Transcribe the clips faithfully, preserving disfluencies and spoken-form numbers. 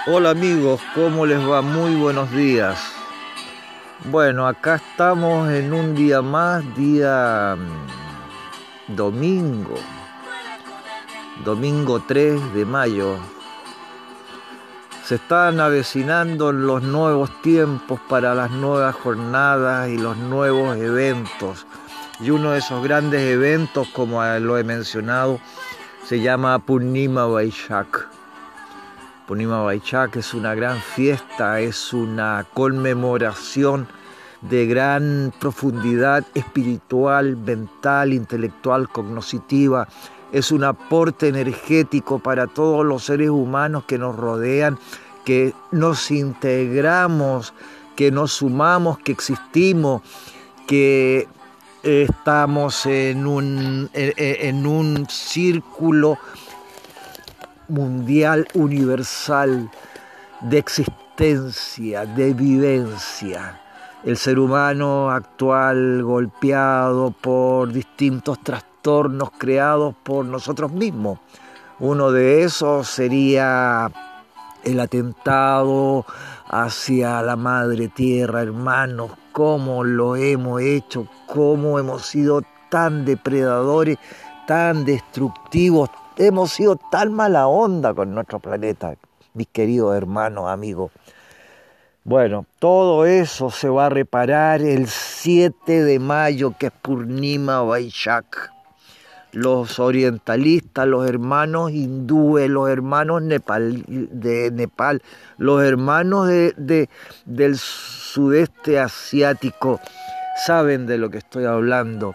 Hola amigos, ¿cómo les va? Muy buenos días. Bueno, acá estamos en un día más, día mm, domingo, domingo tres de mayo. Se están avecinando los nuevos tiempos para las nuevas jornadas y los nuevos eventos. Y uno de esos grandes eventos, como lo he mencionado, se llama Purnima Vaishak. Purnima Vaishak es una gran fiesta, es una conmemoración de gran profundidad espiritual, mental, intelectual, cognoscitiva. Es un aporte energético para todos los seres humanos que nos rodean, que nos integramos, que nos sumamos, que existimos, que estamos en un, en un círculo mundial, universal, de existencia, de vivencia. El ser humano actual golpeado por distintos trastornos creados por nosotros mismos. Uno de esos sería el atentado hacia la madre tierra, hermanos, cómo lo hemos hecho, cómo hemos sido tan depredadores, tan destructivos, hemos sido tan mala onda con nuestro planeta, mis queridos hermanos, amigos. Bueno, todo eso se va a reparar el siete de mayo, que es Purnima Vaishak. Los orientalistas, los hermanos hindúes, los hermanos Nepal, de Nepal, los hermanos de, de, del sudeste asiático saben de lo que estoy hablando.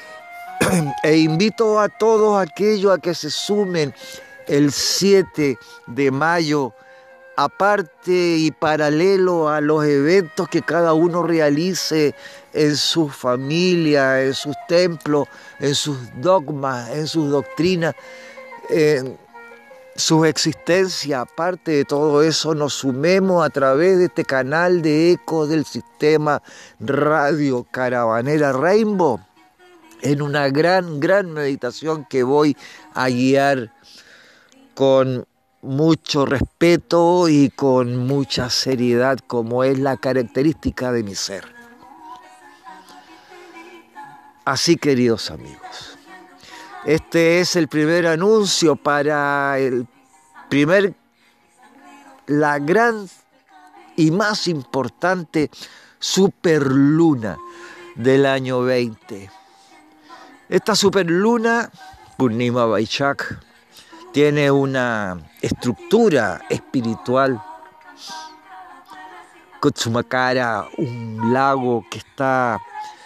E invito a todos aquellos a que se sumen el siete de mayo, aparte y paralelo a los eventos que cada uno realice en su familia, en sus templos, en sus dogmas, en sus doctrinas, en su existencia. Aparte de todo eso, nos sumemos a través de este canal de eco del sistema Radio Caravanera Rainbow en una gran, gran meditación que voy a guiar con mucho respeto y con mucha seriedad, como es la característica de mi ser. Así, queridos amigos, este es el primer anuncio para el primer, la gran y más importante superluna del año veinte. Esta superluna, Purnima Vaishak, tiene una estructura espiritual. Kutsumakara, un lago que está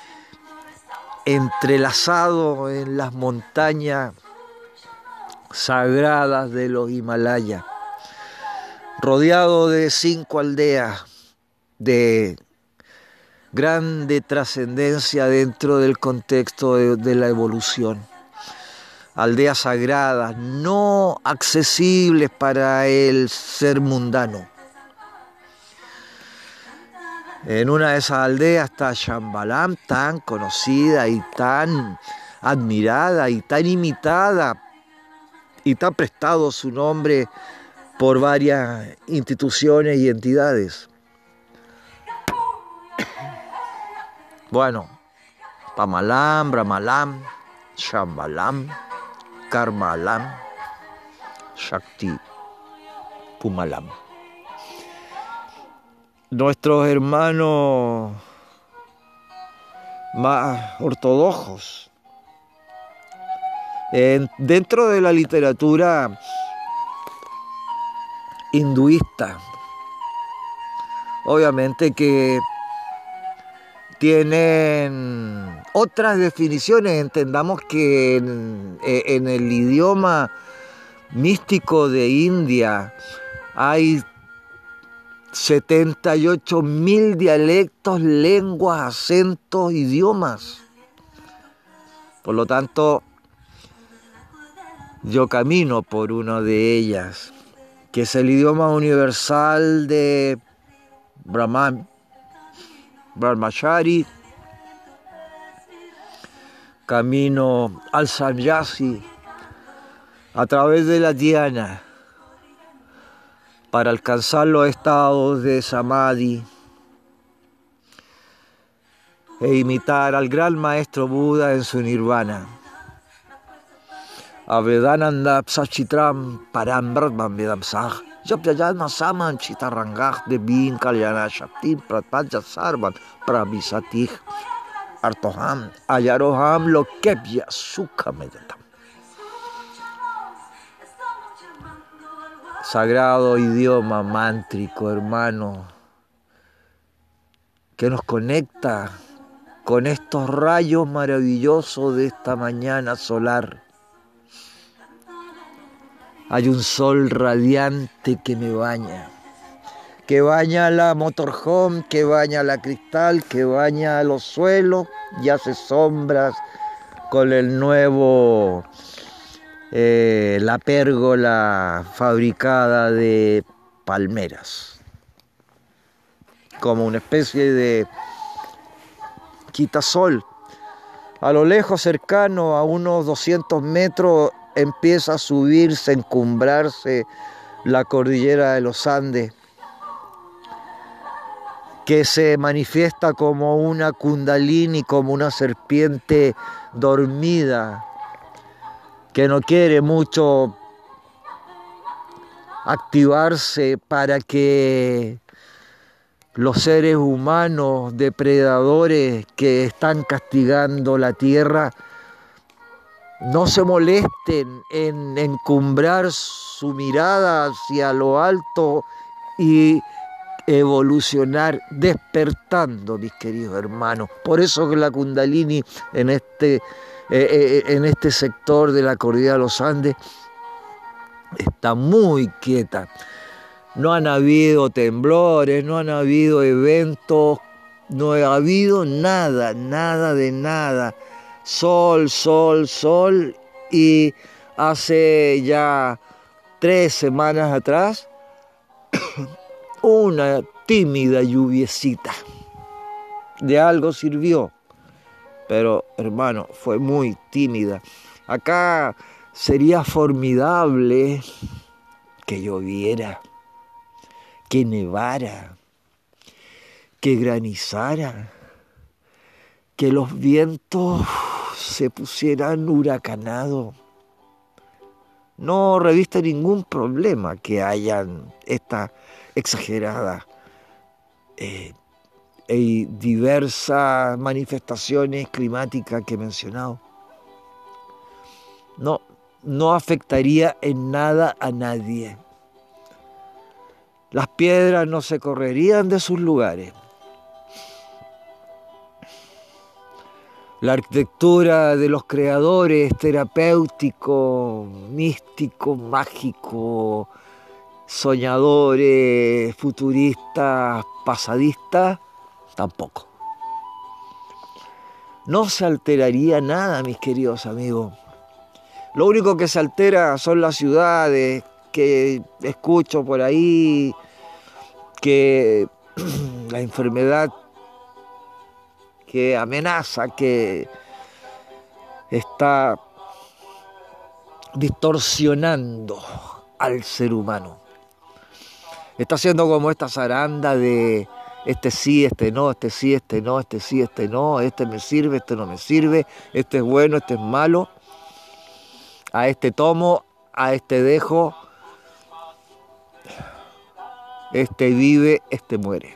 entrelazado en las montañas sagradas de los Himalayas, rodeado de cinco aldeas de grande trascendencia dentro del contexto de, de la evolución. Aldeas sagradas, no accesibles para el ser mundano. En una de esas aldeas está Shambhalam, tan conocida y tan admirada y tan imitada y tan prestado su nombre por varias instituciones y entidades. Bueno, Pamalam, Brahmalam, Shambhalam, Karmalam, Shakti, Pumalam. Nuestros hermanos más ortodoxos, en, dentro de la literatura hinduista, obviamente que tienen otras definiciones. Entendamos que en, en el idioma místico de India hay setenta y ocho mil dialectos, lenguas, acentos, idiomas. Por lo tanto, yo camino por una de ellas, que es el idioma universal de Brahman, Brahmachari. Camino al Sannyasi a través de la dhyana, para alcanzar los estados de Samadhi e imitar al gran maestro Buda en su nirvana. Avedananda Psachitram Param Brahman Vedam Sah Japjajana Saman Chitarangah Devin Kalyana Shakti Pratpaja Sarvan Prabhisatih Artoham Ayaroham Lokepya Sukha Medatam. Sagrado idioma mántrico, hermano, que nos conecta con estos rayos maravillosos de esta mañana solar. Hay un sol radiante que me baña, que baña la motorhome, que baña la cristal, que baña los suelos y hace sombras con el nuevo, eh, la pérgola fabricada de palmeras, como una especie de quitasol. A lo lejos, cercano, a unos doscientos metros, empieza a subirse, a encumbrarse la cordillera de los Andes, que se manifiesta como una kundalini, como una serpiente dormida, que no quiere mucho activarse para que los seres humanos depredadores que están castigando la tierra no se molesten en encumbrar su mirada hacia lo alto y evolucionar, despertando, mis queridos hermanos. Por eso que la Kundalini en este, eh, en este sector de la cordillera de los Andes está muy quieta. No han habido temblores, no han habido eventos, no ha habido nada, nada de nada. Sol, sol, sol, y hace ya tres semanas atrás una tímida lluviecita. De algo sirvió, pero hermano, fue muy tímida. Acá sería formidable que lloviera, que nevara, que granizara, que los vientos se pusieran huracanados. No reviste ningún problema que hayan esta exagerada eh, y diversas manifestaciones climáticas que he mencionado. No, no afectaría en nada a nadie. Las piedras no se correrían de sus lugares. La arquitectura de los creadores terapéuticos, místicos, mágicos, soñadores, futuristas, pasadistas, tampoco. No se alteraría nada, mis queridos amigos. Lo único que se altera son las ciudades, que escucho por ahí que la enfermedad que amenaza, que está distorsionando al ser humano. Está haciendo como esta zaranda de este sí, este no, este sí, este no, este sí, este no, este me sirve, este no me sirve, este es bueno, este es malo, a este tomo, a este dejo, este vive, este muere.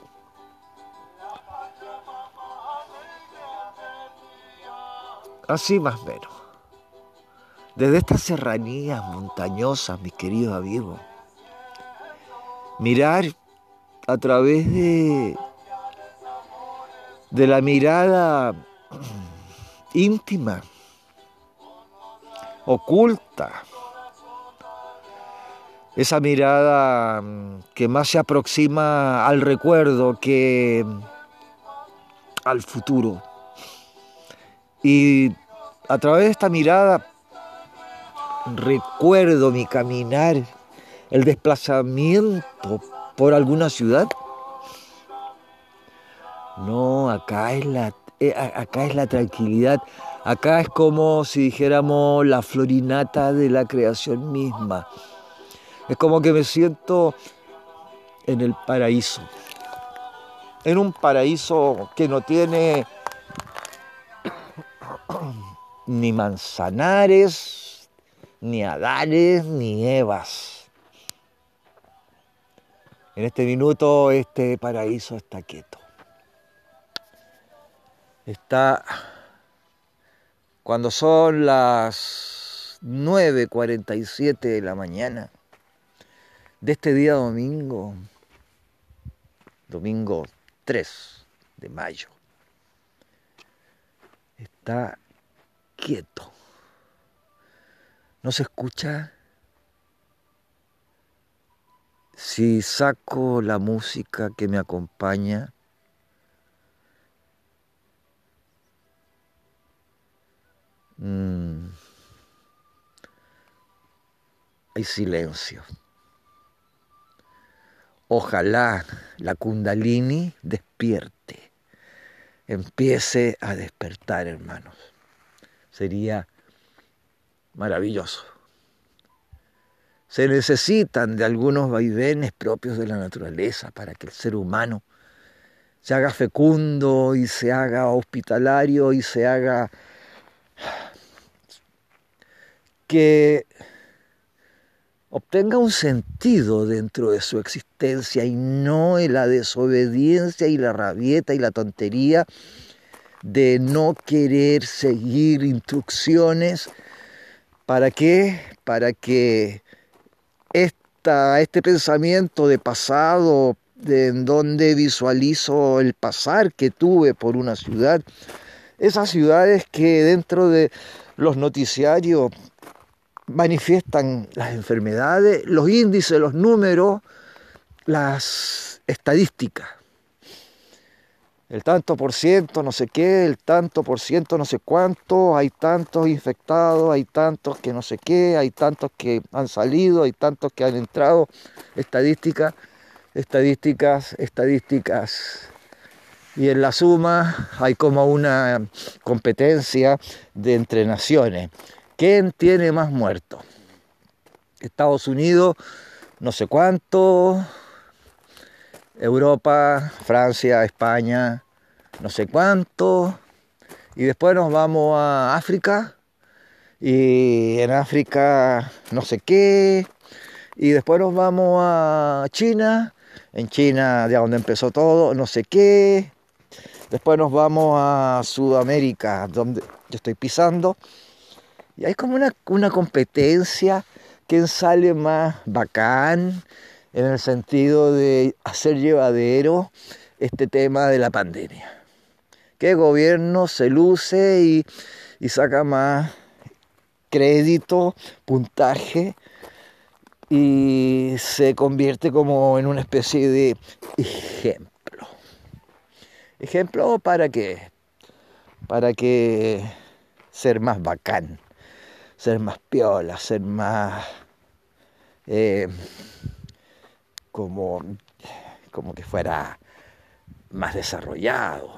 Así más o menos. Desde estas serranías montañosas, mis queridos amigos, mirar a través de, de la mirada íntima, oculta, esa mirada que más se aproxima al recuerdo que al futuro. Y a través de esta mirada recuerdo mi caminar, el desplazamiento por alguna ciudad. No, acá es la, acá es la tranquilidad. Acá es como si dijéramos la florinata de la creación misma. Es como que me siento en el paraíso. En un paraíso que no tiene ni manzanares, ni Adanes, ni Evas. En este minuto este paraíso está quieto. Está, cuando son las nueve cuarenta y siete de la mañana de este día domingo, domingo tres de mayo, está quieto. No se escucha. Si saco la música que me acompaña, mmm, hay silencio. Ojalá la Kundalini despierte, empiece a despertar, hermanos. Sería maravilloso. Se necesitan de algunos vaivenes propios de la naturaleza para que el ser humano se haga fecundo y se haga hospitalario y se haga que obtenga un sentido dentro de su existencia y no en la desobediencia y la rabieta y la tontería de no querer seguir instrucciones. ¿Para qué? Para que esta, este pensamiento de pasado, de en donde visualizo el pasar que tuve por una ciudad, esas ciudades que dentro de los noticiarios manifiestan las enfermedades, los índices, los números, las estadísticas. El tanto por ciento no sé qué, el tanto por ciento no sé cuánto, hay tantos infectados, hay tantos que no sé qué, hay tantos que han salido, hay tantos que han entrado. Estadísticas, estadísticas, estadísticas. Y en la suma hay como una competencia de entre naciones. ¿Quién tiene más muertos? Estados Unidos, no sé cuánto. Europa, Francia, España, no sé cuánto. Y después nos vamos a África. Y en África no sé qué. Y después nos vamos a China. En China, de donde empezó todo, no sé qué. Después nos vamos a Sudamérica, donde yo estoy pisando. Y hay como una, una competencia. ¿Quién sale más bacán? En el sentido de hacer llevadero este tema de la pandemia. ¿Qué gobierno se luce y, y saca más crédito, puntaje y se convierte como en una especie de ejemplo? ¿Ejemplo para qué? Para que ser más bacán, ser más piola, ser más... Eh, Como, como que fuera más desarrollado.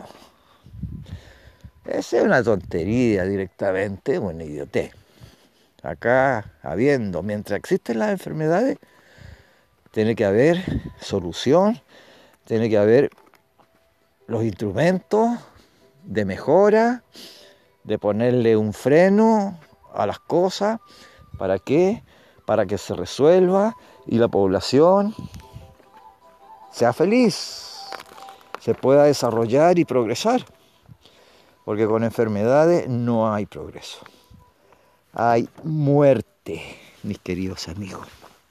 Esa es una tontería directamente, una idiotez. Acá, habiendo, mientras existen las enfermedades, tiene que haber solución, tiene que haber los instrumentos de mejora, de ponerle un freno a las cosas. ¿Para qué? Para que se resuelva y la población sea feliz, se pueda desarrollar y progresar, porque con enfermedades no hay progreso, hay muerte, mis queridos amigos.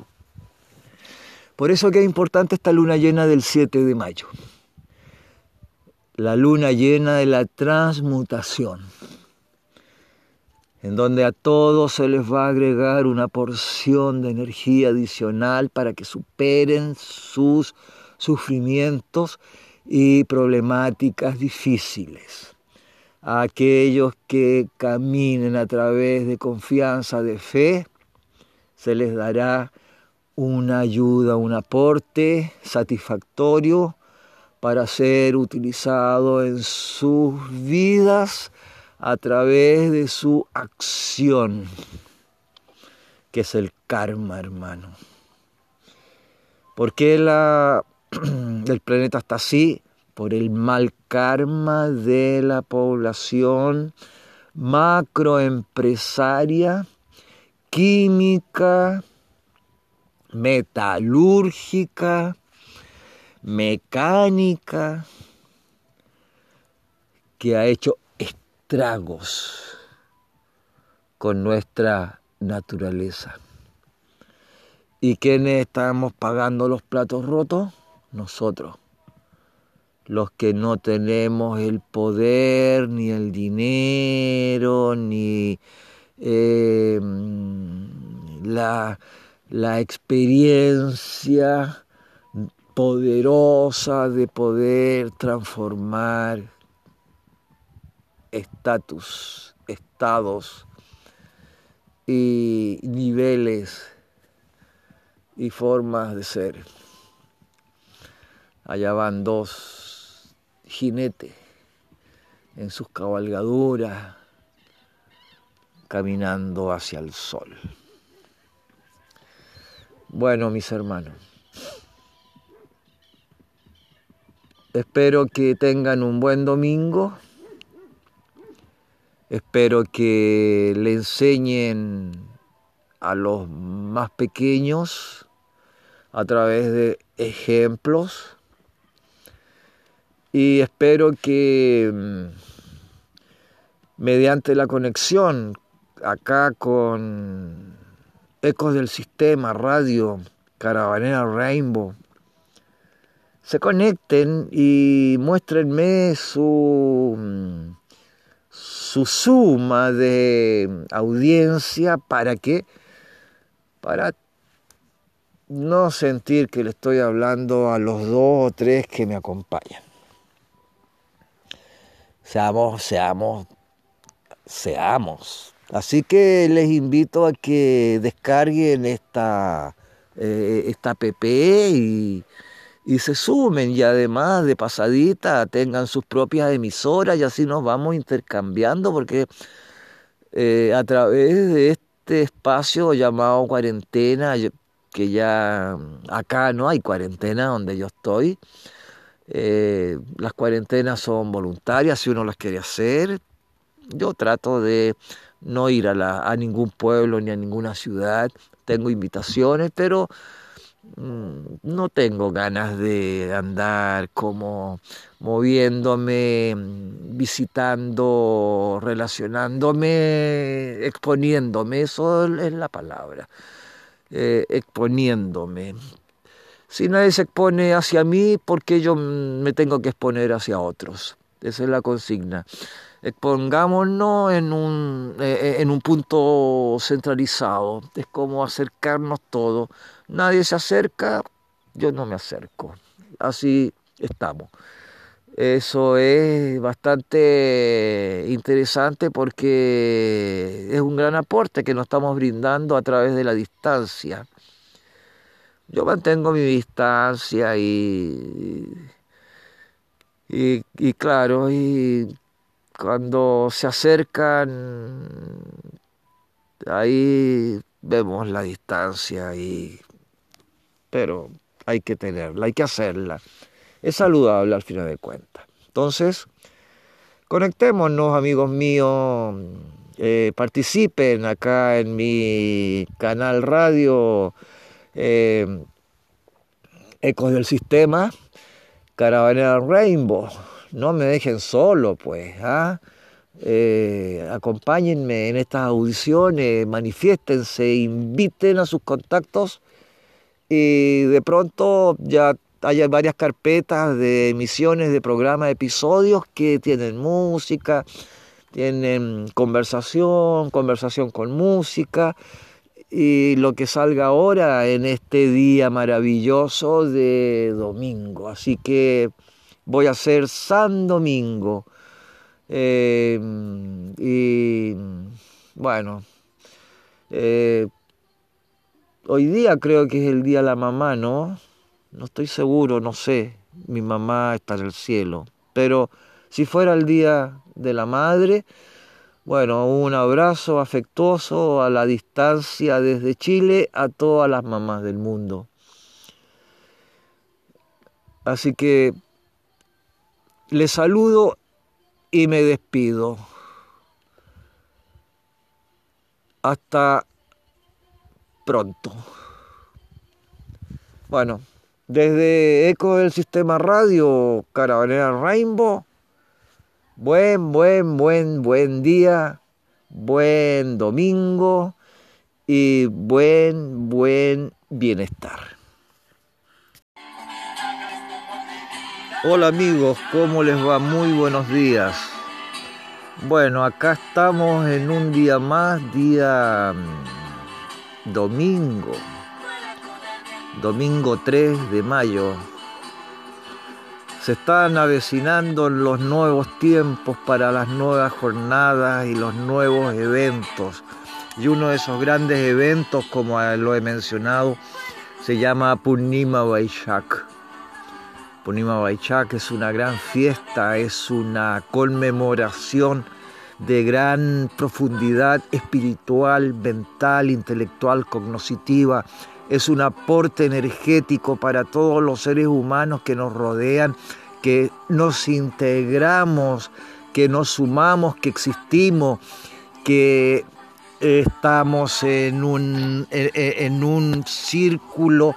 Por eso que es importante esta luna llena del siete de mayo, la luna llena de la transmutación, en donde a todos se les va a agregar una porción de energía adicional para que superen sus sufrimientos y problemáticas difíciles. A aquellos que caminen a través de confianza, de fe, se les dará una ayuda, un aporte satisfactorio para ser utilizado en sus vidas a través de su acción, que es el karma, hermano. ¿Por qué la, el planeta está así? Por el mal karma de la población macroempresaria, química, metalúrgica, mecánica, que ha hecho estragos con nuestra naturaleza. ¿Y quiénes estamos pagando los platos rotos? Nosotros, los que no tenemos el poder, ni el dinero, ni eh, la, la experiencia poderosa de poder transformar estatus, estados y niveles y formas de ser. Allá van dos jinetes en sus cabalgaduras caminando hacia el sol. Bueno, mis hermanos, espero que tengan un buen domingo. Espero que le enseñen a los más pequeños a través de ejemplos. Y espero que mediante la conexión acá con Ecos del Sistema, Radio Caravanera Rainbow, se conecten y muéstrenme su, su suma de audiencia para que, para no sentir que le estoy hablando a los dos o tres que me acompañan. Seamos, seamos, seamos. Así que les invito a que descarguen esta, eh, esta app y, y se sumen, y además de pasadita tengan sus propias emisoras y así nos vamos intercambiando, porque eh, a través de este espacio llamado cuarentena, que ya acá no hay cuarentena donde yo estoy, Eh, las cuarentenas son voluntarias si uno las quiere hacer. Yo trato de no ir a, la, a ningún pueblo ni a ninguna ciudad. Tengo invitaciones, pero mmm, no tengo ganas de andar como moviéndome, visitando, relacionándome, exponiéndome. Eso es la palabra, eh, exponiéndome. Si nadie se expone hacia mí, ¿por qué yo me tengo que exponer hacia otros? Esa es la consigna. Expongámonos en un, eh, en un punto centralizado. Es como acercarnos todos. Nadie se acerca, yo no me acerco. Así estamos. Eso es bastante interesante porque es un gran aporte que nos estamos brindando a través de la distancia. Yo mantengo mi distancia y, y, y claro, y cuando se acercan, ahí vemos la distancia, y, pero hay que tenerla, hay que hacerla. Es saludable al final de cuentas. Entonces, conectémonos, amigos míos, eh, participen acá en mi canal radio, Eh, Ecos del Sistema, Caravanera Rainbow. No me dejen solo, pues. ¿ah? Eh, acompáñenme en estas audiciones, manifiéstense, inviten a sus contactos, y de pronto ya hay varias carpetas de emisiones de programas, episodios que tienen música, tienen conversación, conversación con música. Y lo que salga ahora en este día maravilloso de domingo. Así que voy a hacer San Domingo. Eh, y bueno, eh, hoy día creo que es el día de la mamá, ¿no? No estoy seguro, no sé. Mi mamá está en el cielo. Pero si fuera el día de la madre, bueno, un abrazo afectuoso a la distancia desde Chile a todas las mamás del mundo. Así que les saludo y me despido. Hasta pronto. Bueno, desde Eco del Sistema Radio, Caravanera Rainbow, buen, buen, buen, buen día, buen domingo y buen, buen bienestar. Hola amigos, ¿cómo les va? Muy buenos días. Bueno, acá estamos en un día más, día mmm, domingo, domingo tres de mayo. Se están avecinando los nuevos tiempos para las nuevas jornadas y los nuevos eventos. Y uno de esos grandes eventos, como lo he mencionado, se llama Purnima Vaishak. Purnima Vaishak es una gran fiesta, es una conmemoración de gran profundidad espiritual, mental, intelectual, cognoscitiva. Es un aporte energético para todos los seres humanos que nos rodean, que nos integramos, que nos sumamos, que existimos, que estamos en un, en un círculo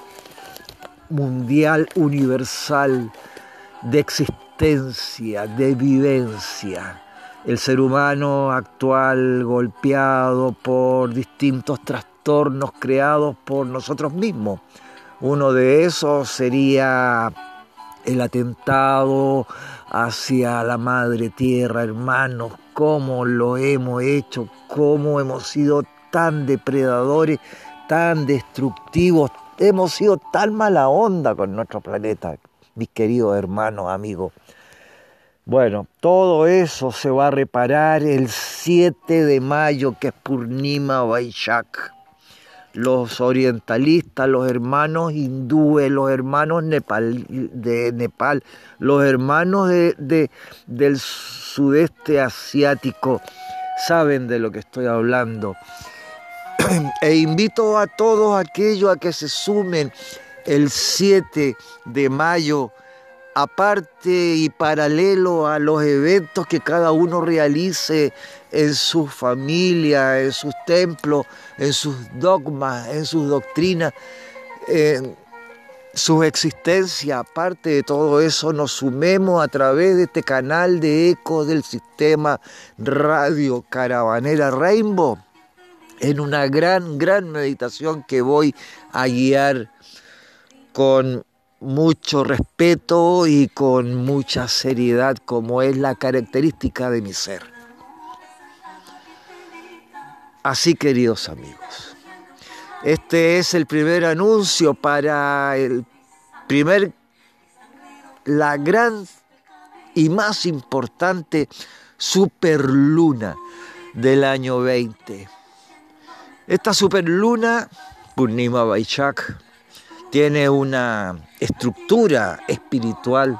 mundial, universal, de existencia, de vivencia. El ser humano actual golpeado por distintos trastornos creados por nosotros mismos. Uno de esos sería el atentado hacia la madre tierra, hermanos, cómo lo hemos hecho, cómo hemos sido tan depredadores, tan destructivos, hemos sido tan mala onda con nuestro planeta, mis queridos hermanos, amigos. Bueno, todo eso se va a reparar el siete de mayo, que es Purnima Vaishak. Los orientalistas, los hermanos hindúes, los hermanos Nepal, de Nepal, los hermanos de, de, del sudeste asiático saben de lo que estoy hablando. E invito a todos aquellos a que se sumen el siete de mayo, aparte y paralelo a los eventos que cada uno realice en su familia, en sus templos, en sus dogmas, en sus doctrinas, en su existencia. Aparte de todo eso, nos sumemos a través de este canal de eco del sistema Radio Caravanera Rainbow en una gran, gran meditación que voy a guiar con mucho respeto y con mucha seriedad, como es la característica de mi ser. Así, queridos amigos, este es el primer anuncio para el primer, la gran y más importante superluna del año veinte. Esta superluna, Purnima Vaishak, tiene una estructura espiritual.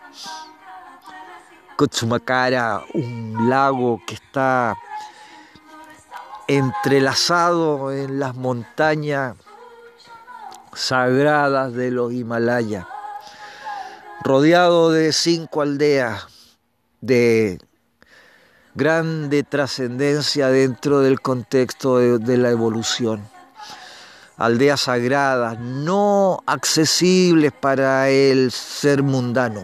Kutsumakara, un lago que está entrelazado en las montañas sagradas de los Himalayas, rodeado de cinco aldeas de grande trascendencia dentro del contexto de, de la evolución. Aldeas sagradas, no accesibles para el ser mundano.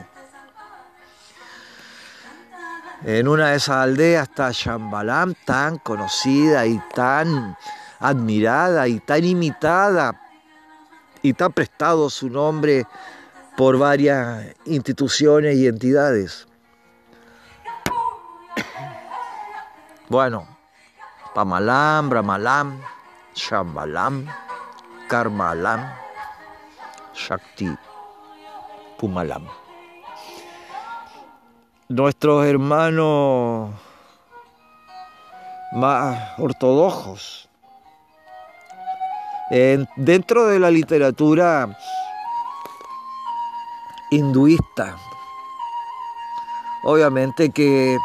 En una de esas aldeas está Shambhalam, tan conocida y tan admirada y tan imitada y tan prestado su nombre por varias instituciones y entidades. Bueno, Pamalam, Brahmalam, Shambhalam, Karmalam, Shakti, Pumalam. Nuestros hermanos más ortodoxos, en, dentro de la literatura hinduista, obviamente que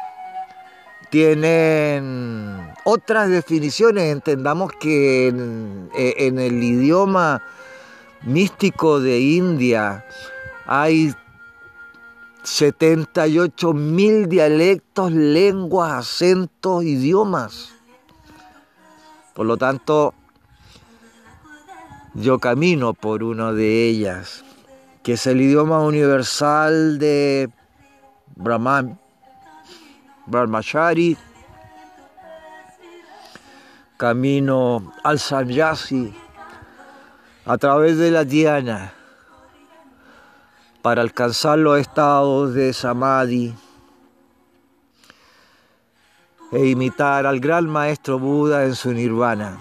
tienen otras definiciones. Entendamos que en, en el idioma místico de India Hay setenta y ocho mil dialectos, lenguas, acentos, idiomas. Por lo tanto, yo camino por una de ellas, que es el idioma universal de Brahman, Brahmachari. Camino al Sannyasi a través de la dhyana para alcanzar los estados de Samadhi e imitar al gran maestro Buda en su nirvana.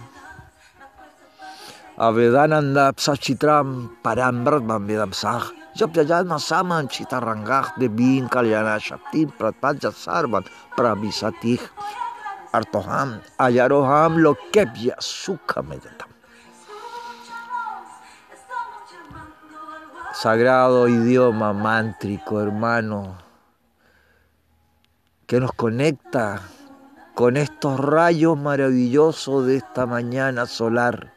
Avedananda Psachitram Param Brahman Vedam Sah Japjayana Saman Chitarangah Devin Kalyana Shaktim Pratpaja Sarvan Prabhisatih Artoham Ayaroham Lokepya Sukhamedatam. Sagrado idioma mántrico, hermano, que nos conecta con estos rayos maravillosos de esta mañana solar.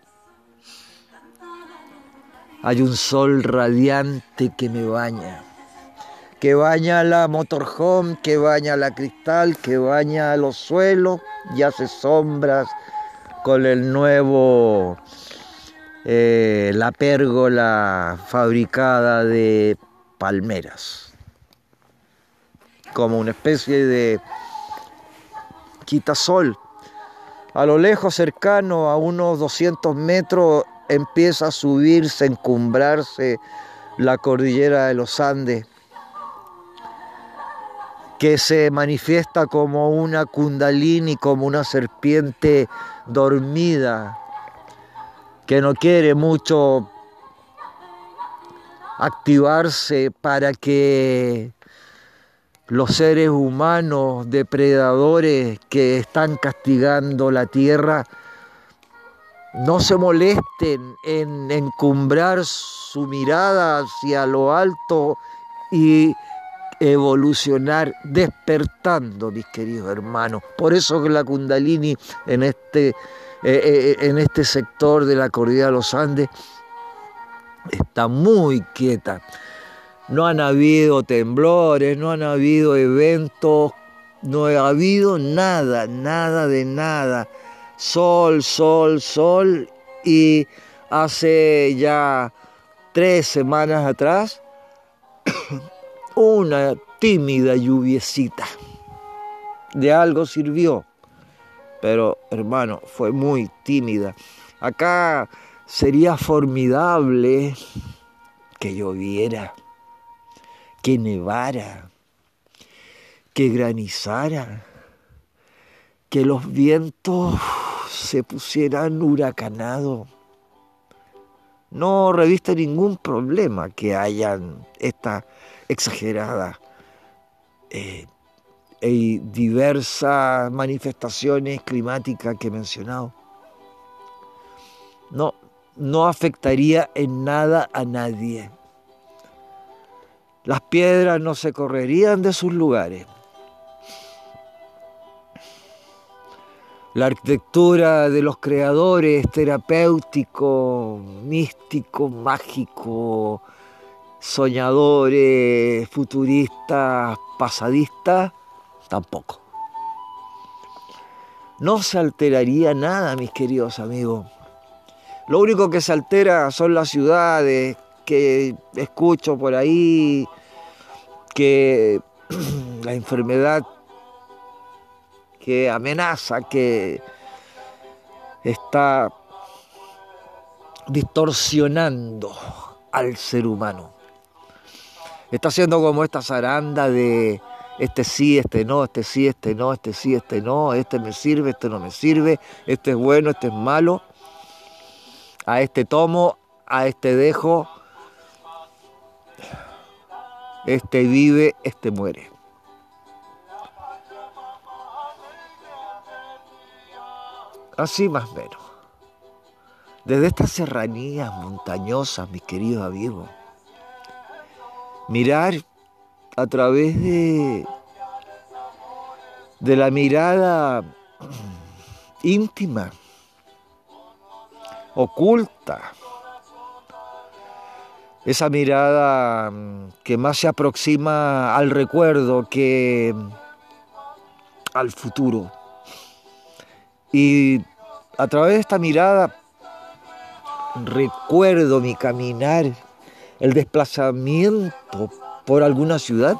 Hay un sol radiante que me baña, que baña la motorhome, que baña la cristal, que baña los suelos y hace sombras con el nuevo, eh, la pérgola fabricada de palmeras, como una especie de quitasol. A lo lejos, cercano, a unos doscientos metros, empieza a subirse, a encumbrarse la cordillera de los Andes, que se manifiesta como una kundalini, como una serpiente dormida, que no quiere mucho activarse para que los seres humanos depredadores que están castigando la tierra no se molesten en encumbrar su mirada hacia lo alto y evolucionar, despertando, mis queridos hermanos. Por eso que la Kundalini en este, eh, eh, en este sector de la cordillera de los Andes está muy quieta. No han habido temblores, no han habido eventos, no ha habido nada, nada de nada. Sol, sol, sol, y hace ya tres semanas atrás una tímida lluviecita. De algo sirvió, pero hermano, fue muy tímida. Acá sería formidable que lloviera, que nevara, que granizara, que los vientos se pusieran huracanados. No reviste ningún problema que hayan esta exagerada eh, y diversas manifestaciones climáticas que he mencionado. No, no afectaría en nada a nadie. Las piedras no se correrían de sus lugares. La arquitectura de los creadores terapéuticos, místicos, mágicos, soñadores, futuristas, pasadistas, tampoco. No se alteraría nada, mis queridos amigos. Lo único que se altera son las ciudades, que escucho por ahí que la enfermedad que amenaza, que está distorsionando al ser humano. Está haciendo como esta zaranda de este sí, este no, este sí, este no, este sí, este no, este me sirve, este no me sirve, este es bueno, este es malo, a este tomo, a este dejo, este vive, este muere. Así más o menos. Desde estas serranías montañosas, mis queridos amigos, mirar a través de, de la mirada íntima, oculta, esa mirada que más se aproxima al recuerdo que al futuro. Y a través de esta mirada recuerdo mi caminar, el desplazamiento por alguna ciudad.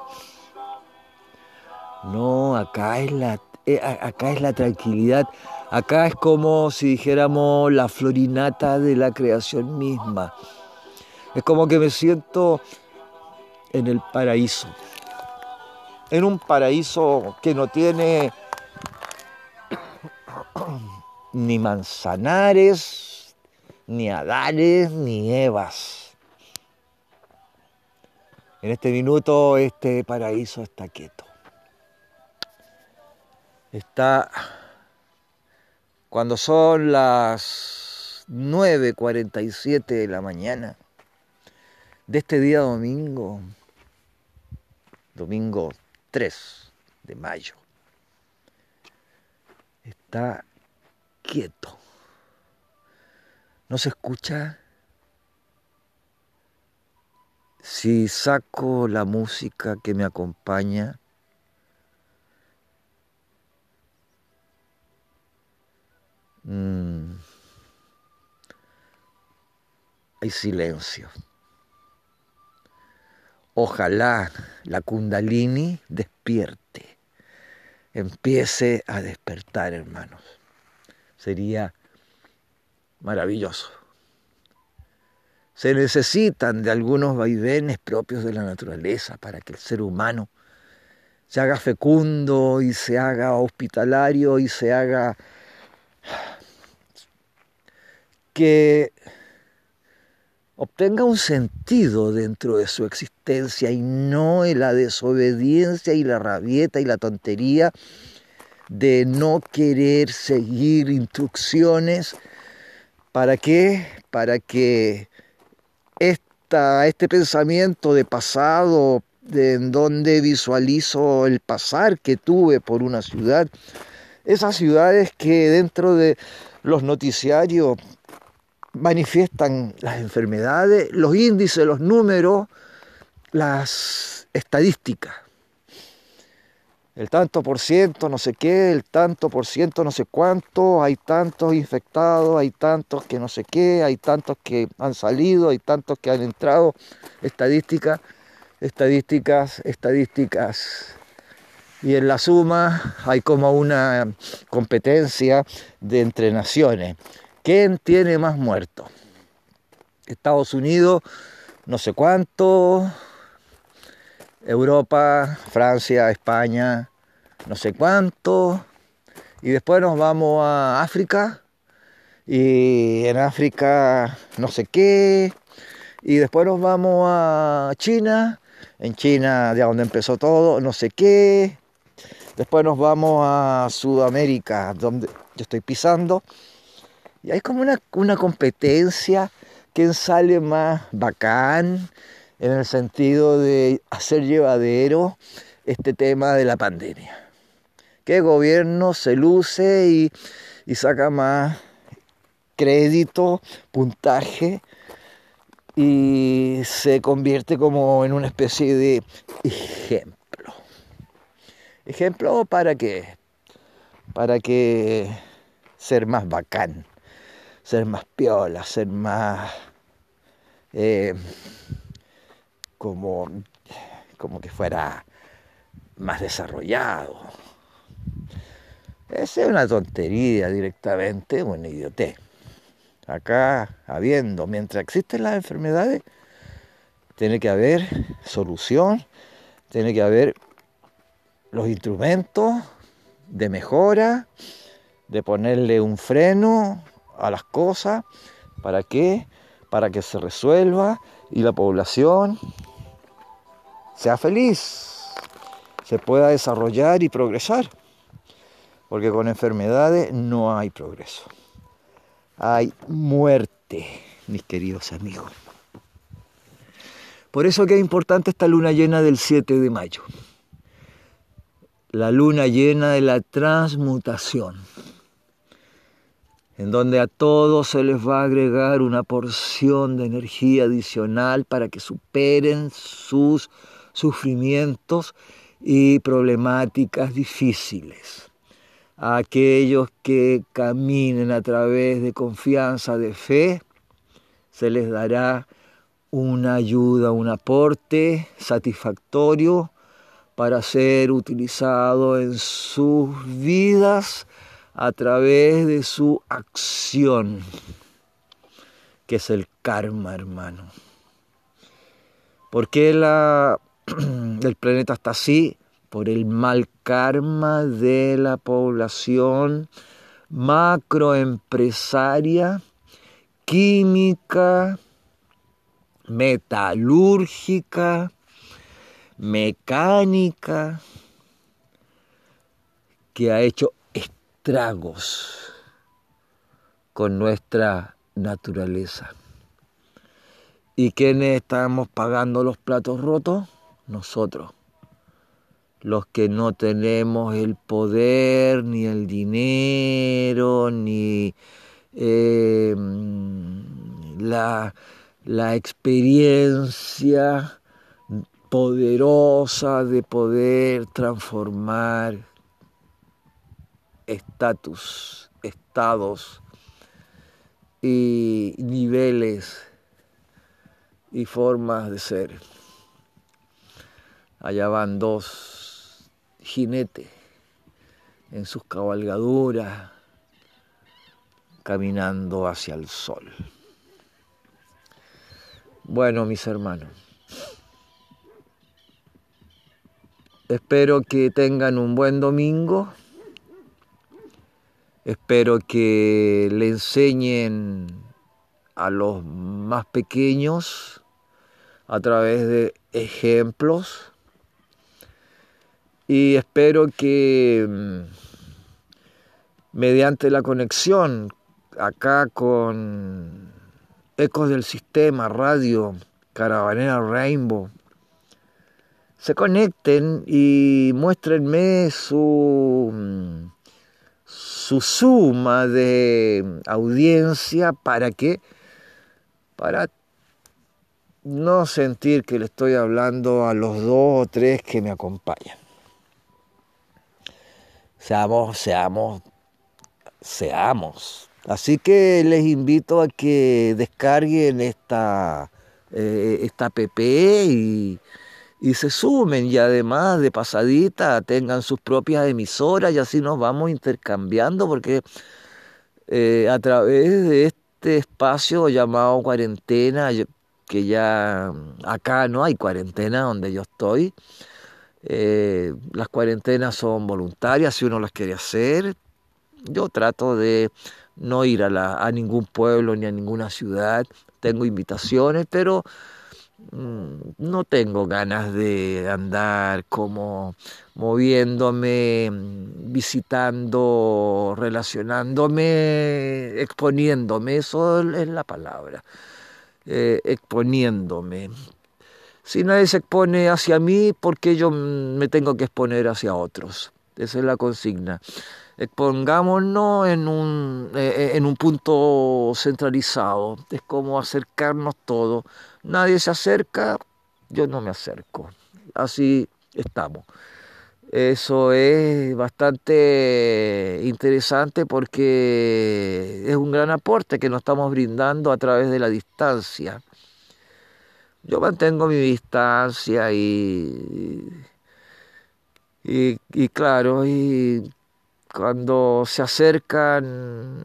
No, acá es la, eh, acá es la tranquilidad. Acá es como si dijéramos la florinata de la creación misma. Es como que me siento en el paraíso. En un paraíso que no tiene ni manzanares, ni Adanes, ni Evas. En este minuto este paraíso está quieto. Está, cuando son las nueve cuarenta y siete de la mañana de este día domingo, domingo tres de mayo, está quieto. No se escucha. Si saco la música que me acompaña, mmm, hay silencio. Ojalá la Kundalini despierte, empiece a despertar, hermanos. Sería maravilloso. Se necesitan de algunos vaivenes propios de la naturaleza para que el ser humano se haga fecundo y se haga hospitalario y se haga que obtenga un sentido dentro de su existencia y no en la desobediencia y la rabieta y la tontería de no querer seguir instrucciones. ¿Para qué? Para que esta, este pensamiento de pasado, de en donde visualizo el pasar que tuve por una ciudad, esas ciudades que dentro de los noticiarios manifiestan las enfermedades, los índices, los números, las estadísticas. El tanto por ciento no sé qué, el tanto por ciento no sé cuánto, hay tantos infectados, hay tantos que no sé qué, hay tantos que han salido, hay tantos que han entrado. Estadísticas, estadísticas, estadísticas. Y en la suma hay como una competencia de entre naciones. ¿Quién tiene más muertos? Estados Unidos, no sé cuánto. Europa, Francia, España, no sé cuánto. Y después nos vamos a África. Y en África no sé qué. Y después nos vamos a China. En China, de donde empezó todo, no sé qué. Después nos vamos a Sudamérica, donde yo estoy pisando. Y hay como una, una competencia. ¿Quién sale más bacán? En el sentido de hacer llevadero este tema de la pandemia. ¿Qué gobierno se luce y, y saca más crédito, puntaje y se convierte como en una especie de ejemplo? ¿Ejemplo para qué? Para que ser más bacán, ser más piola, ser más... Eh, Como, como que fuera más desarrollado. Esa es una tontería directamente, una idiotez. Acá, habiendo, mientras existen las enfermedades, tiene que haber solución, tiene que haber los instrumentos de mejora, de ponerle un freno a las cosas. ¿Para qué? Para que se resuelva y la población sea feliz, se pueda desarrollar y progresar, porque con enfermedades no hay progreso, hay muerte, mis queridos amigos. Por eso que es importante esta luna llena del siete de mayo, la luna llena de la transmutación. en donde a todos se les va a agregar una porción de energía adicional para que superen sus sufrimientos y problemáticas difíciles. A aquellos que caminen a través de confianza, de fe, se les dará una ayuda, un aporte satisfactorio para ser utilizado en sus vidas a través de su acción, que es el karma, hermano. ¿Por qué la, el planeta está así? Por el mal karma de la población macroempresaria, química, metalúrgica, mecánica, que ha hecho estragos con nuestra naturaleza. ¿Y quiénes estamos pagando los platos rotos? Nosotros, los que no tenemos el poder, ni el dinero, ni eh, la, la experiencia poderosa de poder transformar estatus, estados y niveles y formas de ser. Allá van dos jinetes en sus cabalgaduras caminando hacia el sol. Bueno, mis hermanos, espero que tengan un buen domingo. Espero que le enseñen a los más pequeños a través de ejemplos. Y espero que mediante la conexión acá con Ecos del Sistema, Radio Caravanera Rainbow, se conecten y muéstrenme su, su suma de audiencia para que, para no sentir que le estoy hablando a los dos o tres que me acompañan. Seamos, seamos, seamos. Así que les invito a que descarguen esta, eh, esta app y, y se sumen, y además de pasadita tengan sus propias emisoras y así nos vamos intercambiando, porque eh, a través de este espacio llamado cuarentena, yo, que ya acá no hay cuarentena donde yo estoy, Eh, las cuarentenas son voluntarias si uno las quiere hacer. Yo trato de no ir a, la, a ningún pueblo ni a ninguna ciudad. Tengo invitaciones, pero mmm, no tengo ganas de andar como moviéndome, visitando, relacionándome, exponiéndome. Eso es la palabra, eh, exponiéndome. Si nadie se expone hacia mí, ¿por qué yo me tengo que exponer hacia otros? Esa es la consigna. Expongámonos en un, eh, en un punto centralizado. Es como acercarnos todos. Nadie se acerca, yo no me acerco. Así estamos. Eso es bastante interesante porque es un gran aporte que nos estamos brindando a través de la distancia. Yo mantengo mi distancia y, y, y claro, y cuando se acercan,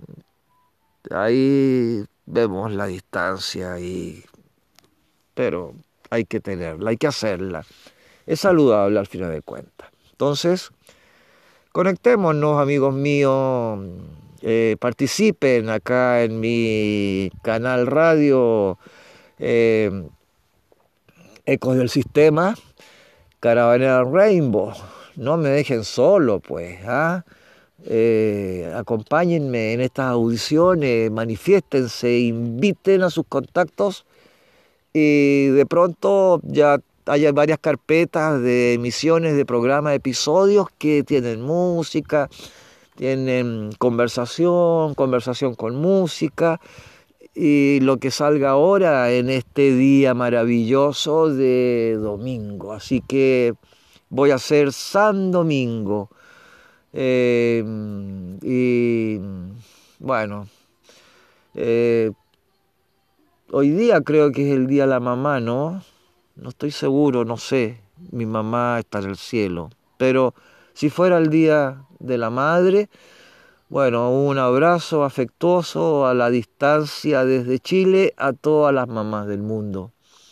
ahí vemos la distancia, y, pero hay que tenerla, hay que hacerla. Es saludable al final de cuentas. Entonces, conectémonos, amigos míos, eh, participen acá en mi canal radio, Eh, Ecos del Sistema, Caravanera Rainbow. No me dejen solo, pues. ¿ah? Eh, acompáñenme en estas audiciones, manifiéstense, inviten a sus contactos y de pronto ya hay varias carpetas de emisiones de programas, episodios que tienen música, tienen conversación, conversación con música, y lo que salga ahora en este día maravilloso de domingo. Así que voy a hacer San Domingo. Eh, y bueno, eh, hoy día creo que es el día de la mamá, ¿no? No estoy seguro, no sé. Mi mamá está en el cielo. Pero si fuera el día de la madre, bueno, un abrazo afectuoso a la distancia desde Chile a todas las mamás del mundo.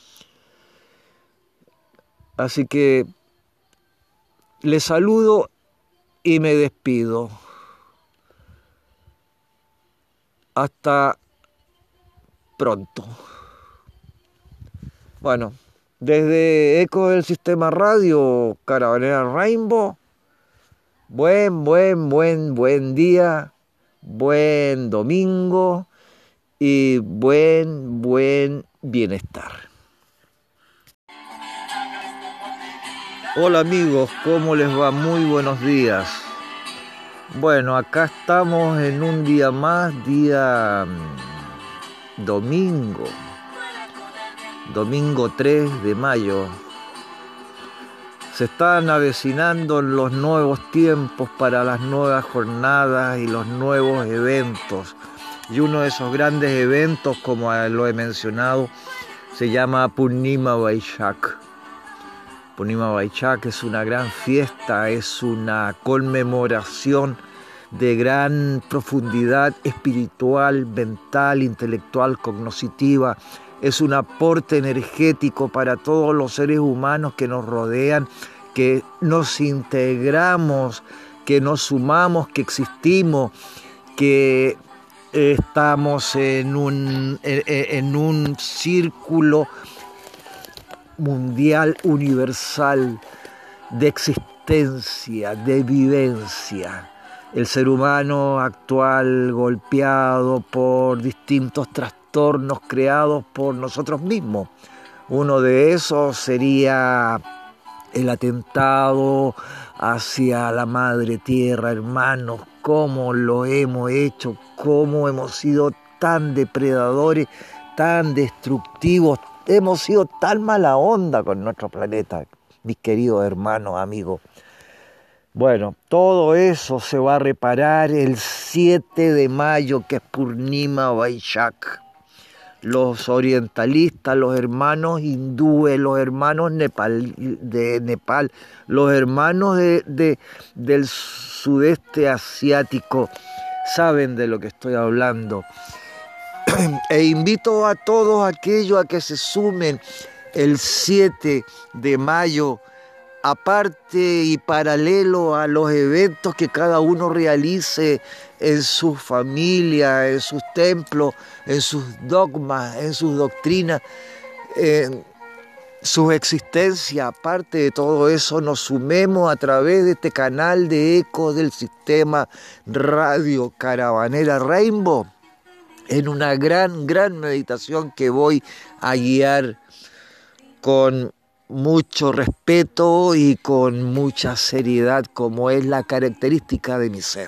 Así que les saludo y me despido. Hasta pronto. Bueno, desde Eco del Sistema Radio, Caravanera Rainbow, buen, buen, buen, buen día, buen domingo y buen, buen bienestar. Hola amigos, ¿cómo les va? Muy buenos días. Bueno, acá estamos en un día más, día domingo, domingo tres de mayo. Se están avecinando los nuevos tiempos para las nuevas jornadas y los nuevos eventos. Y uno de esos grandes eventos, como lo he mencionado, se llama Purnima Vaishak. Purnima Vaishak es una gran fiesta, es una conmemoración de gran profundidad espiritual, mental, intelectual, cognoscitiva. Es un aporte energético para todos los seres humanos que nos rodean, que nos integramos, que nos sumamos, que existimos, que estamos en un, en un círculo mundial, universal, de existencia, de vivencia. El ser humano actual golpeado por distintos trastornos creados por nosotros mismos. Uno de esos sería el atentado hacia la madre tierra, hermanos, cómo lo hemos hecho, cómo hemos sido tan depredadores, tan destructivos, hemos sido tan mala onda con nuestro planeta, mis queridos hermanos, amigos. Bueno, todo eso se va a reparar el siete de mayo, que es Purnima Vaishak. Los orientalistas, los hermanos hindúes, los hermanos Nepal, de Nepal, los hermanos de, de, del sudeste asiático, saben de lo que estoy hablando. E invito a todos aquellos a que se sumen el siete de mayo, aparte y paralelo a los eventos que cada uno realice en su familia, en sus templos, en sus dogmas, en sus doctrinas, en su existencia. Aparte de todo eso, nos sumemos a través de este canal de eco del sistema Radio Caravanera Rainbow en una gran, gran meditación que voy a guiar con mucho respeto y con mucha seriedad, como es la característica de mi ser.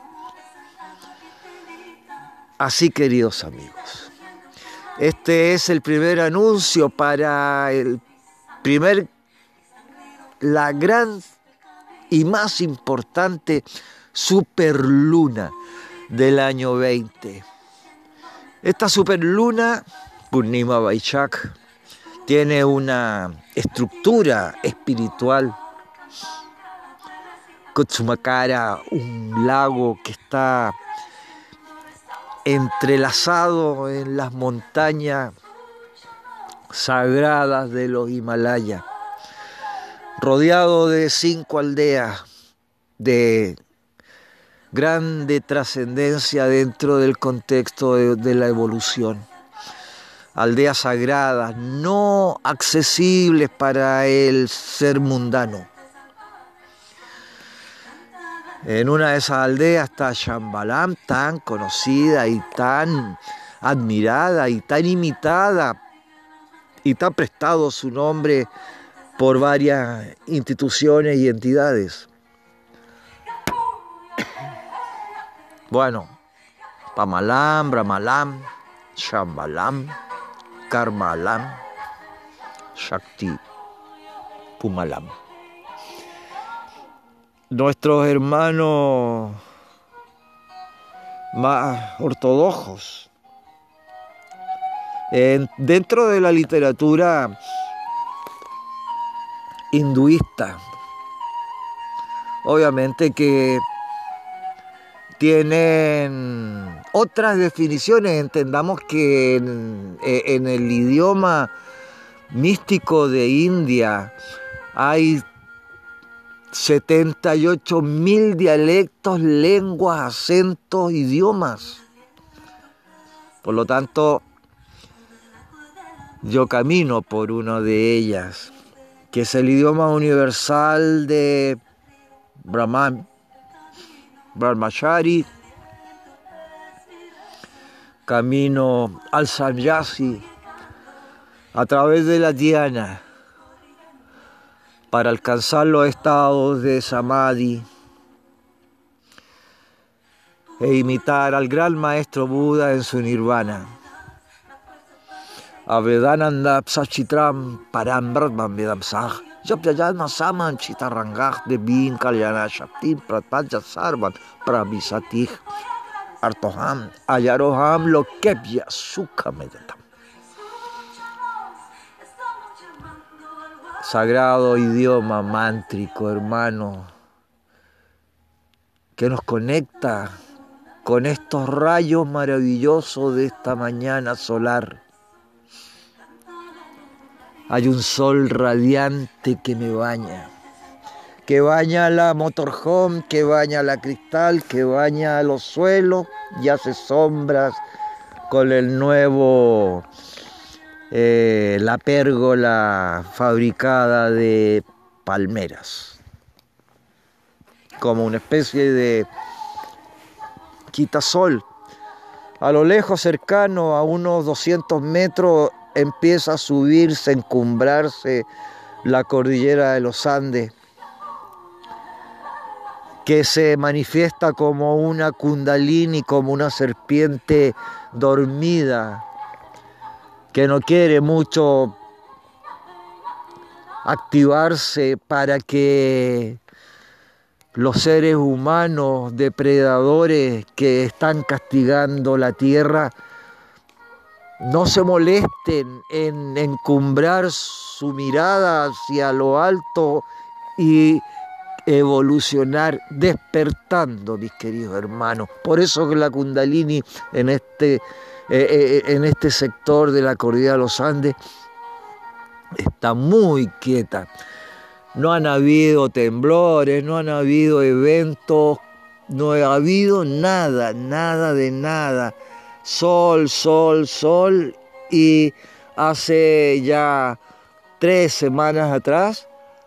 Así, queridos amigos, este es el primer anuncio para el primer, la gran y más importante superluna del año veinte. Esta superluna, Purnima Vaishak, tiene una estructura espiritual. Kutsumakara, un lago que está entrelazado en las montañas sagradas de los Himalayas, rodeado de cinco aldeas de grande trascendencia dentro del contexto de, de la evolución. Aldeas sagradas, no accesibles para el ser mundano. En una de esas aldeas está Shambhalam, tan conocida y tan admirada y tan imitada, y tan prestado su nombre por varias instituciones y entidades. Bueno, Pamalam, Brahmalam, Shambhalam, Karmalam, Shakti, Pumalam. Nuestros hermanos más ortodoxos, en, dentro de la literatura hinduista, obviamente que tienen otras definiciones. Entendamos que en, en el idioma místico de India hay setenta y ocho mil dialectos, lenguas, acentos, idiomas. Por lo tanto, yo camino por una de ellas, que es el idioma universal de Brahman, Brahmachari. Camino al Sannyasi a través de la dhyana para alcanzar los estados de Samadhi e imitar al gran maestro Buda en su nirvana. Avedananda Psachitram Param Brahman Vedam Sah Japyajana Saman Chitarangah de Bin Kalyana Shakti Pratpaja Sarvan Prabhisatih Artoham Ayaroham Lokepya Sukha Medatam. Sagrado idioma mántrico, hermano, que nos conecta con estos rayos maravillosos de esta mañana solar. Hay un sol radiante que me baña, que baña la motorhome, que baña la cristal, que baña los suelos y hace sombras con el nuevo... Eh, la pérgola fabricada de palmeras, como una especie de quitasol. A lo lejos, cercano, a unos doscientos metros, empieza a subirse, encumbrarse la cordillera de los Andes, que se manifiesta como una kundalini, como una serpiente dormida, que no quiere mucho activarse para que los seres humanos depredadores que están castigando la tierra no se molesten en encumbrar su mirada hacia lo alto y evolucionar despertando, mis queridos hermanos. Por eso que la kundalini en este Eh, eh, en este sector de la cordillera de los Andes está muy quieta. No han habido temblores, no han habido eventos, no ha habido nada, nada de nada. Sol, sol, sol, y hace ya tres semanas atrás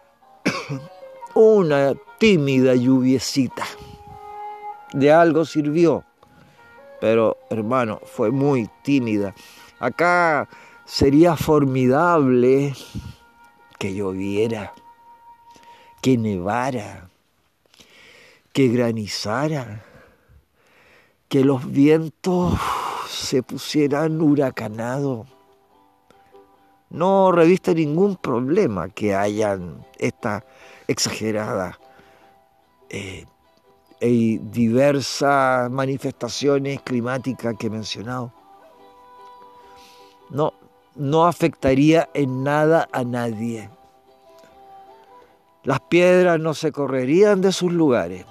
una tímida lluviecita. De algo sirvió. Pero, hermano, fue muy tímida. Acá sería formidable que lloviera, que nevara, que granizara, que los vientos se pusieran huracanados. No reviste ningún problema que hayan esta exagerada eh, y diversas manifestaciones climáticas que he mencionado. No, no afectaría en nada a nadie. Las piedras no se correrían de sus lugares.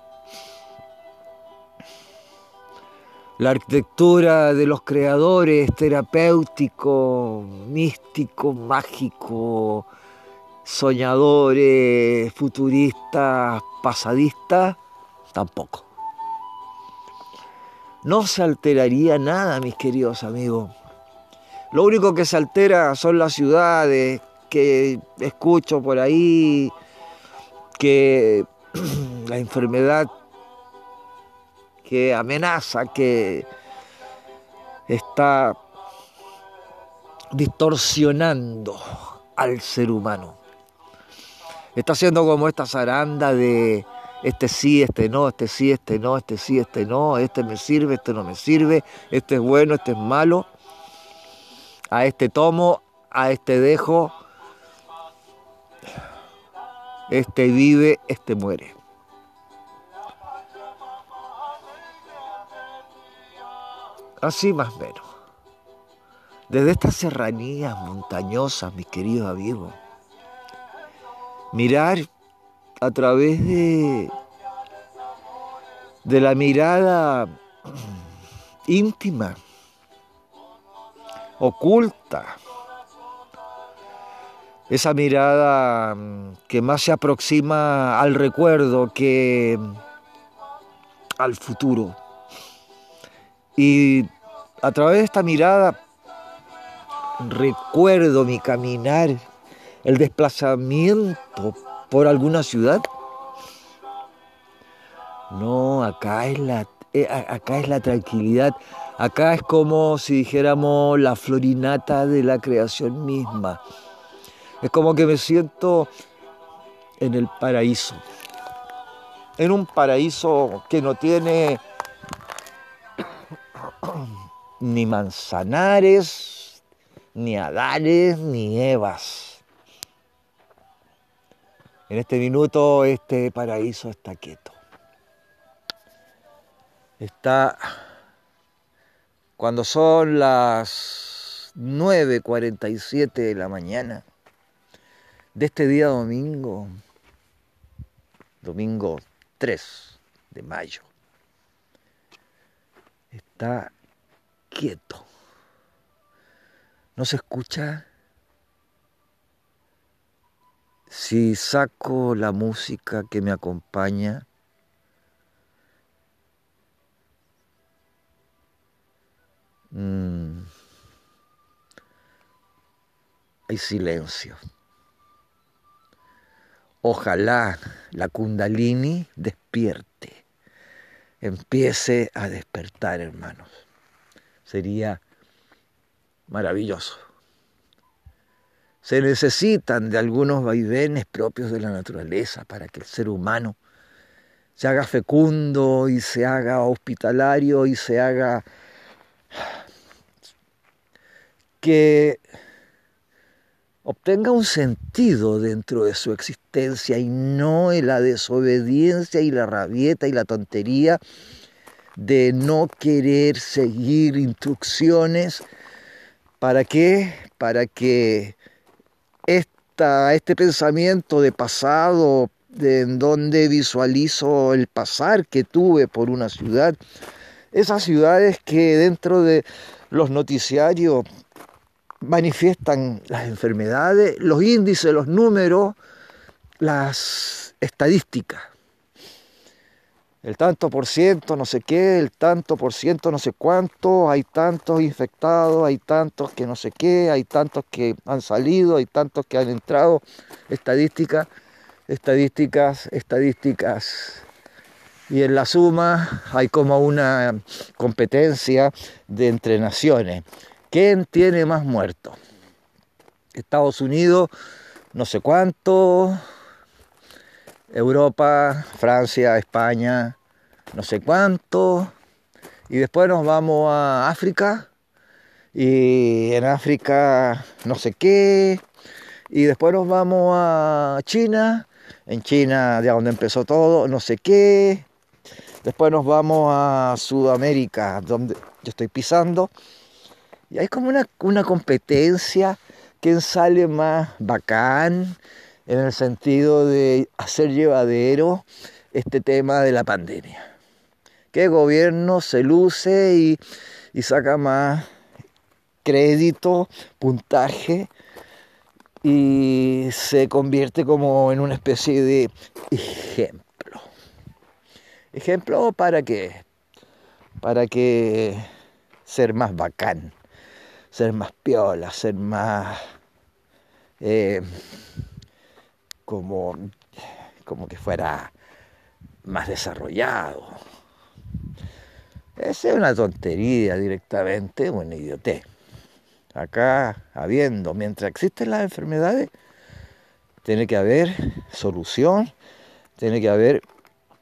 La arquitectura de los creadores terapéuticos, místicos, mágicos, soñadores, futuristas, pasadistas, tampoco. No se alteraría nada, mis queridos amigos. Lo único que se altera son las ciudades, que escucho por ahí que la enfermedad que amenaza, que está distorsionando al ser humano. Está haciendo como esta zaranda de Este sí, este no, este sí, este no, este sí, este no, este me sirve, este no me sirve, este es bueno, este es malo, a este tomo, a este dejo, este vive, este muere. Así más o menos. Desde estas serranías montañosas, mis queridos amigos, mirar a través de, de la mirada íntima, oculta, esa mirada que más se aproxima al recuerdo que al futuro. Y a través de esta mirada recuerdo mi caminar, el desplazamiento por alguna ciudad. No, acá es la, eh, acá es la tranquilidad. Acá es como si dijéramos la florinata de la creación misma. Es como que me siento en el paraíso. En un paraíso que no tiene ni manzanares, ni Adanes, ni Evas. En este minuto este paraíso está quieto. Está, cuando son las nueve cuarenta y siete de la mañana de este día domingo, domingo tres de mayo, está quieto. No se escucha. Si saco la música que me acompaña, mmm, hay silencio. Ojalá la Kundalini despierte, empiece a despertar, hermanos. Sería maravilloso. Se necesitan de algunos vaivenes propios de la naturaleza para que el ser humano se haga fecundo y se haga hospitalario y se haga que obtenga un sentido dentro de su existencia y no en la desobediencia y la rabieta y la tontería de no querer seguir instrucciones. ¿Para qué? Para que esta, este pensamiento de pasado, de en donde visualizo el pasar que tuve por una ciudad, esas ciudades que dentro de los noticiarios manifiestan las enfermedades, los índices, los números, las estadísticas. El tanto por ciento no sé qué, el tanto por ciento no sé cuánto, hay tantos infectados, hay tantos que no sé qué, hay tantos que han salido, hay tantos que han entrado. Estadísticas, estadísticas, estadísticas. Y en la suma hay como una competencia de entre naciones. ¿Quién tiene más muertos? Estados Unidos, no sé cuánto, Europa, Francia, España, no sé cuánto, y después nos vamos a África, y en África no sé qué, y después nos vamos a China, en China, de donde empezó todo, no sé qué, después nos vamos a Sudamérica, donde yo estoy pisando, y hay como una, una competencia, quién sale más bacán, en el sentido de hacer llevadero este tema de la pandemia. ¿Qué gobierno se luce y, y saca más crédito, puntaje y se convierte como en una especie de ejemplo? ¿Ejemplo para qué? Para que ser más bacán, ser más piola, ser más... Eh, Como, como que fuera más desarrollado. Esa es una tontería directamente, una idiotez. Acá, habiendo, mientras existen las enfermedades, tiene que haber solución, tiene que haber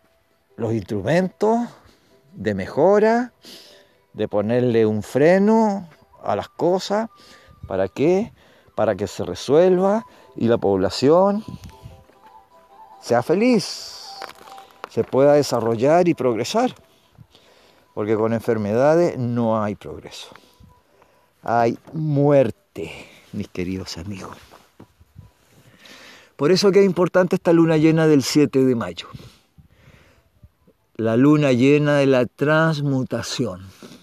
los instrumentos de mejora, de ponerle un freno a las cosas. ¿Para qué? Para que se resuelva y la población sea feliz, se pueda desarrollar y progresar. Porque con enfermedades no hay progreso. Hay muerte, mis queridos amigos. Por eso que es importante esta luna llena del siete de mayo. La luna llena de la transmutación,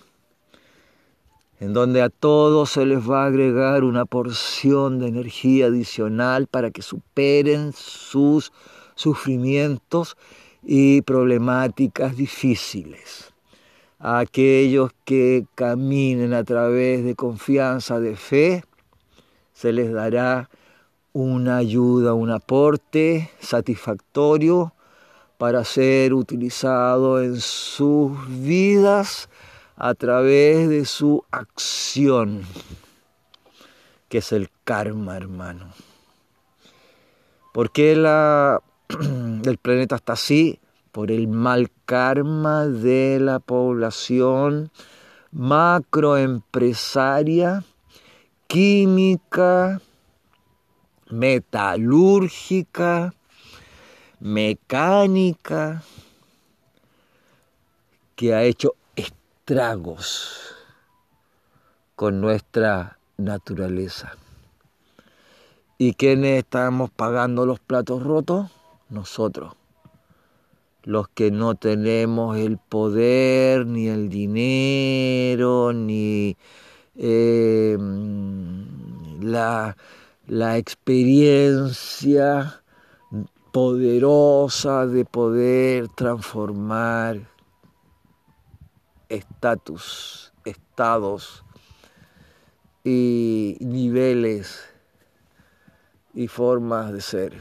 en donde a todos se les va a agregar una porción de energía adicional para que superen sus sufrimientos y problemáticas difíciles. A aquellos que caminen a través de confianza, de fe, se les dará una ayuda, un aporte satisfactorio para ser utilizado en sus vidas a través de su acción, que es el karma, hermano. ¿Por qué la, el planeta está así? Por el mal karma de la población macroempresaria, química, metalúrgica, mecánica, que ha hecho estragos con nuestra naturaleza. ¿Y quiénes estamos pagando los platos rotos? Nosotros, los que no tenemos el poder, ni el dinero, ni eh, la, la experiencia poderosa de poder transformar estatus, estados y niveles y formas de ser.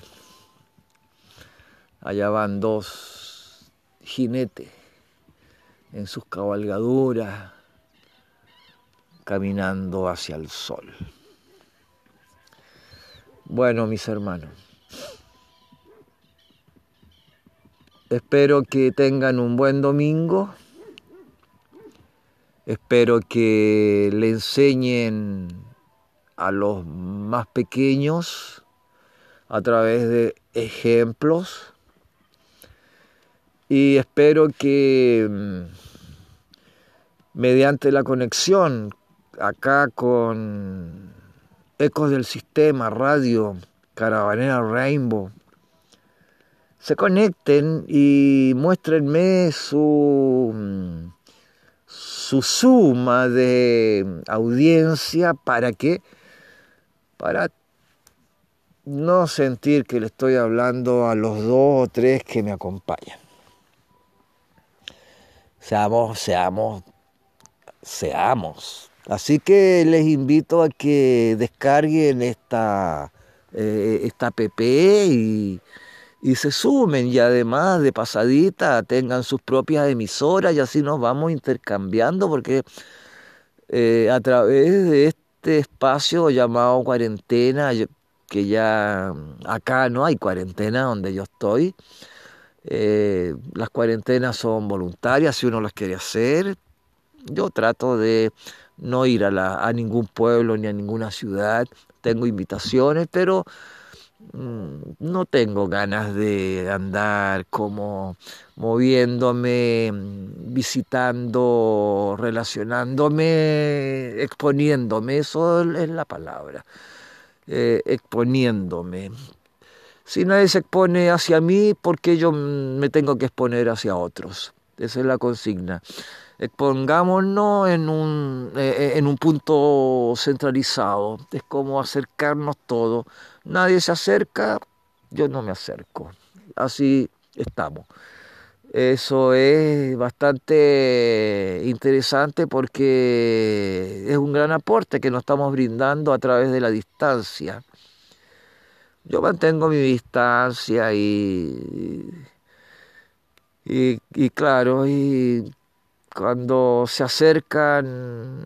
Allá van dos jinetes en sus cabalgaduras caminando hacia el sol. Bueno, mis hermanos, espero que tengan un buen domingo. Espero que le enseñen a los más pequeños a través de ejemplos. Y espero que mediante la conexión acá con Ecos del Sistema, Radio Caravanera Rainbow, se conecten y muéstrenme su, su suma de audiencia para que, para no sentir que le estoy hablando a los dos o tres que me acompañan. Seamos, seamos, seamos. Así que les invito a que descarguen esta, eh, esta app y, y se sumen, y además de pasadita tengan sus propias emisoras y así nos vamos intercambiando, porque eh, a través de este espacio llamado cuarentena, yo, que ya acá no hay cuarentena donde yo estoy, eh, las cuarentenas son voluntarias si uno las quiere hacer. Yo trato de no ir a, la, a ningún pueblo ni a ninguna ciudad, tengo invitaciones, pero mmm, no tengo ganas de andar como moviéndome, visitando, relacionándome, exponiéndome, eso es la palabra, eh, exponiéndome. Si nadie se expone hacia mí, ¿por qué yo me tengo que exponer hacia otros? Esa es la consigna. Expongámonos en un, eh, en un punto centralizado. Es como acercarnos todos. Nadie se acerca, yo no me acerco. Así estamos. Eso es bastante interesante porque es un gran aporte que nos estamos brindando a través de la distancia. Yo mantengo mi distancia y, y, y claro, y cuando se acercan,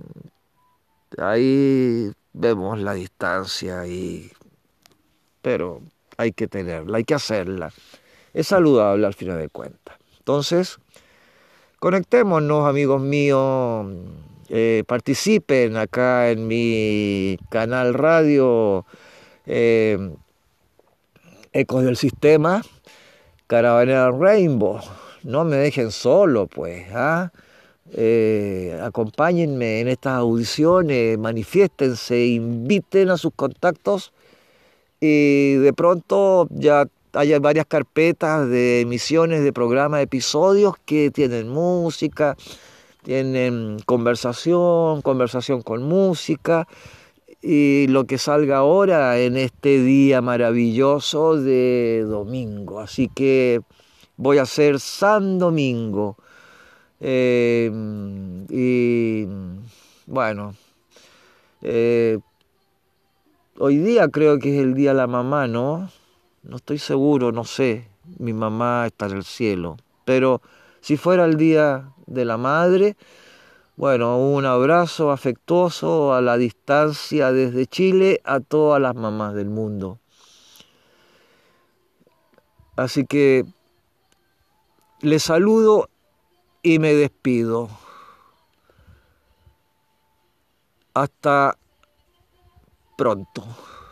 ahí vemos la distancia, y, pero hay que tenerla, hay que hacerla. Es saludable al final de cuentas. Entonces, conectémonos, amigos míos, eh, participen acá en mi canal radio eh, Ecos del Sistema, Caravanera Rainbow. No me dejen solo, pues, ¿ah? Eh, acompáñenme en estas audiciones, manifiéstense, inviten a sus contactos y de pronto ya hay varias carpetas de emisiones de programas, episodios que tienen música, tienen conversación, conversación con música y lo que salga ahora en este día maravilloso de domingo. Así que voy a hacer San Domingo. Eh, y bueno, eh, hoy día creo que es el día de la mamá, ¿no? No estoy seguro, no sé. Mi mamá está en el cielo. Pero si fuera el día de la madre, bueno, un abrazo afectuoso a la distancia desde Chile a todas las mamás del mundo. Así que les saludo y me despido. Hasta pronto.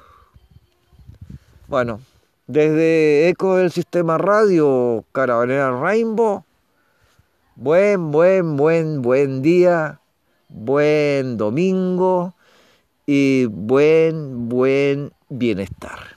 Bueno, desde Eco del Sistema Radio, Caravanera Rainbow, buen, buen, buen, buen día, buen domingo y buen, buen bienestar.